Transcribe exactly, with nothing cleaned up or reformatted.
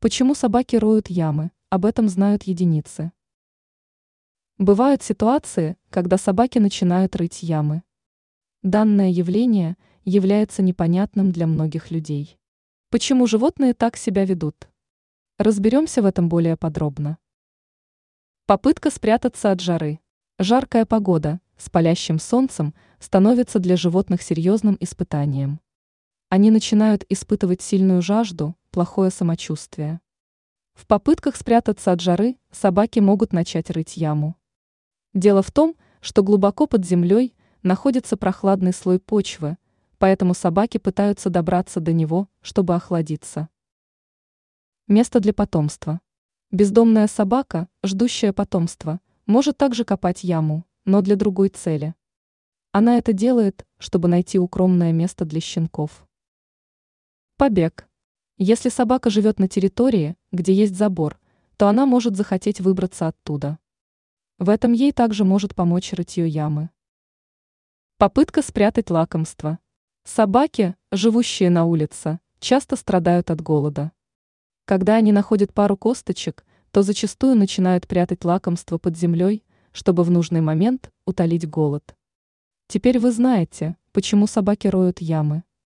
Почему собаки роют ямы? Об этом знают единицы. Бывают ситуации, когда собаки начинают рыть ямы. Данное явление является непонятным для многих людей. Почему животные так себя ведут? Разберемся в этом более подробно. Попытка спрятаться от жары. Жаркая погода с палящим солнцем становится для животных серьезным испытанием. Они начинают испытывать сильную жажду, плохое самочувствие. В попытках спрятаться от жары собаки могут начать рыть яму. Дело в том, что глубоко под землей находится прохладный слой почвы, поэтому собаки пытаются добраться до него, чтобы охладиться. Место для потомства. Бездомная собака, ждущая потомства, может также копать яму, но для другой цели. Она это делает, чтобы найти укромное место для щенков. Побег. Если собака живет на территории, где есть забор, то она может захотеть выбраться оттуда. В этом ей также может помочь рытье ямы. Попытка спрятать лакомство. Собаки, живущие на улице, часто страдают от голода. Когда они находят пару косточек, то зачастую начинают прятать лакомство под землей, чтобы в нужный момент утолить голод. Теперь вы знаете, почему собаки роют ямы.